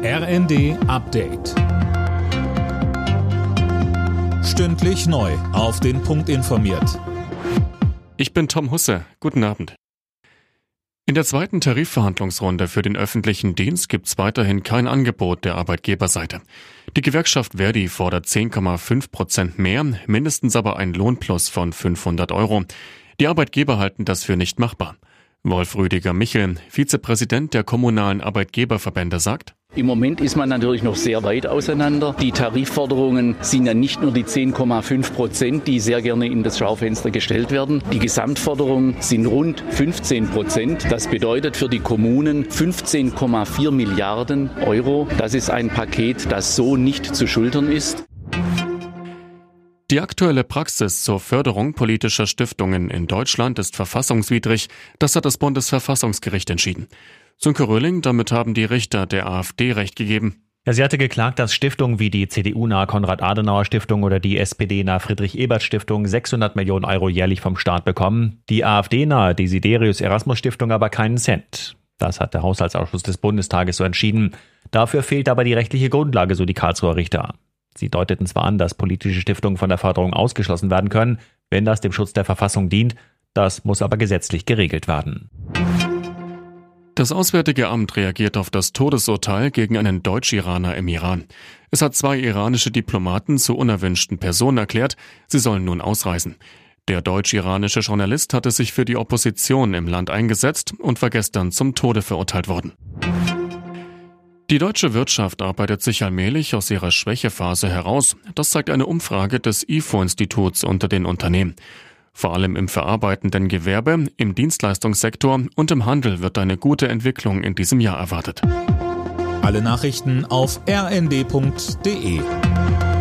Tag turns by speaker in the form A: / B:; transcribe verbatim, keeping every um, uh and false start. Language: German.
A: R N D Update. Stündlich neu auf den Punkt informiert.
B: Ich bin Tom Husse. Guten Abend. In der zweiten Tarifverhandlungsrunde für den öffentlichen Dienst gibt es weiterhin kein Angebot der Arbeitgeberseite. Die Gewerkschaft Verdi fordert zehn Komma fünf Prozent mehr, mindestens aber ein Lohnplus von fünfhundert Euro. Die Arbeitgeber halten das für nicht machbar. Wolf Rüdiger-Michel, Vizepräsident der kommunalen Arbeitgeberverbände, sagt:
C: Im Moment ist man natürlich noch sehr weit auseinander. Die Tarifforderungen sind ja nicht nur die zehn Komma fünf Prozent, die sehr gerne in das Schaufenster gestellt werden. Die Gesamtforderungen sind rund fünfzehn Prozent. Das bedeutet für die Kommunen fünfzehn Komma vier Milliarden Euro. Das ist ein Paket, das so nicht zu schultern ist.
B: Die aktuelle Praxis zur Förderung politischer Stiftungen in Deutschland ist verfassungswidrig. Das hat das Bundesverfassungsgericht entschieden. Sönke Röhling, damit haben die Richter der AfD Recht gegeben.
D: Ja, sie hatte geklagt, dass Stiftungen wie die C D U-nahe Konrad-Adenauer-Stiftung oder die S P D-nahe Friedrich-Ebert-Stiftung sechshundert Millionen Euro jährlich vom Staat bekommen, die AfD-nahe Desiderius-Erasmus-Stiftung aber keinen Cent. Das hat der Haushaltsausschuss des Bundestages so entschieden. Dafür fehlt aber die rechtliche Grundlage, so die Karlsruher Richter. Sie deuteten zwar an, dass politische Stiftungen von der Förderung ausgeschlossen werden können, wenn das dem Schutz der Verfassung dient. Das muss aber gesetzlich geregelt werden.
B: Das Auswärtige Amt reagiert auf das Todesurteil gegen einen Deutsch-Iraner im Iran. Es hat zwei iranische Diplomaten zu unerwünschten Personen erklärt, sie sollen nun ausreisen. Der deutsch-iranische Journalist hatte sich für die Opposition im Land eingesetzt und war gestern zum Tode verurteilt worden. Die deutsche Wirtschaft arbeitet sich allmählich aus ihrer Schwächephase heraus. Das zeigt eine Umfrage des I F O-Instituts unter den Unternehmen. Vor allem im verarbeitenden Gewerbe, im Dienstleistungssektor und im Handel wird eine gute Entwicklung in diesem Jahr erwartet.
A: Alle Nachrichten auf r n d punkt d e.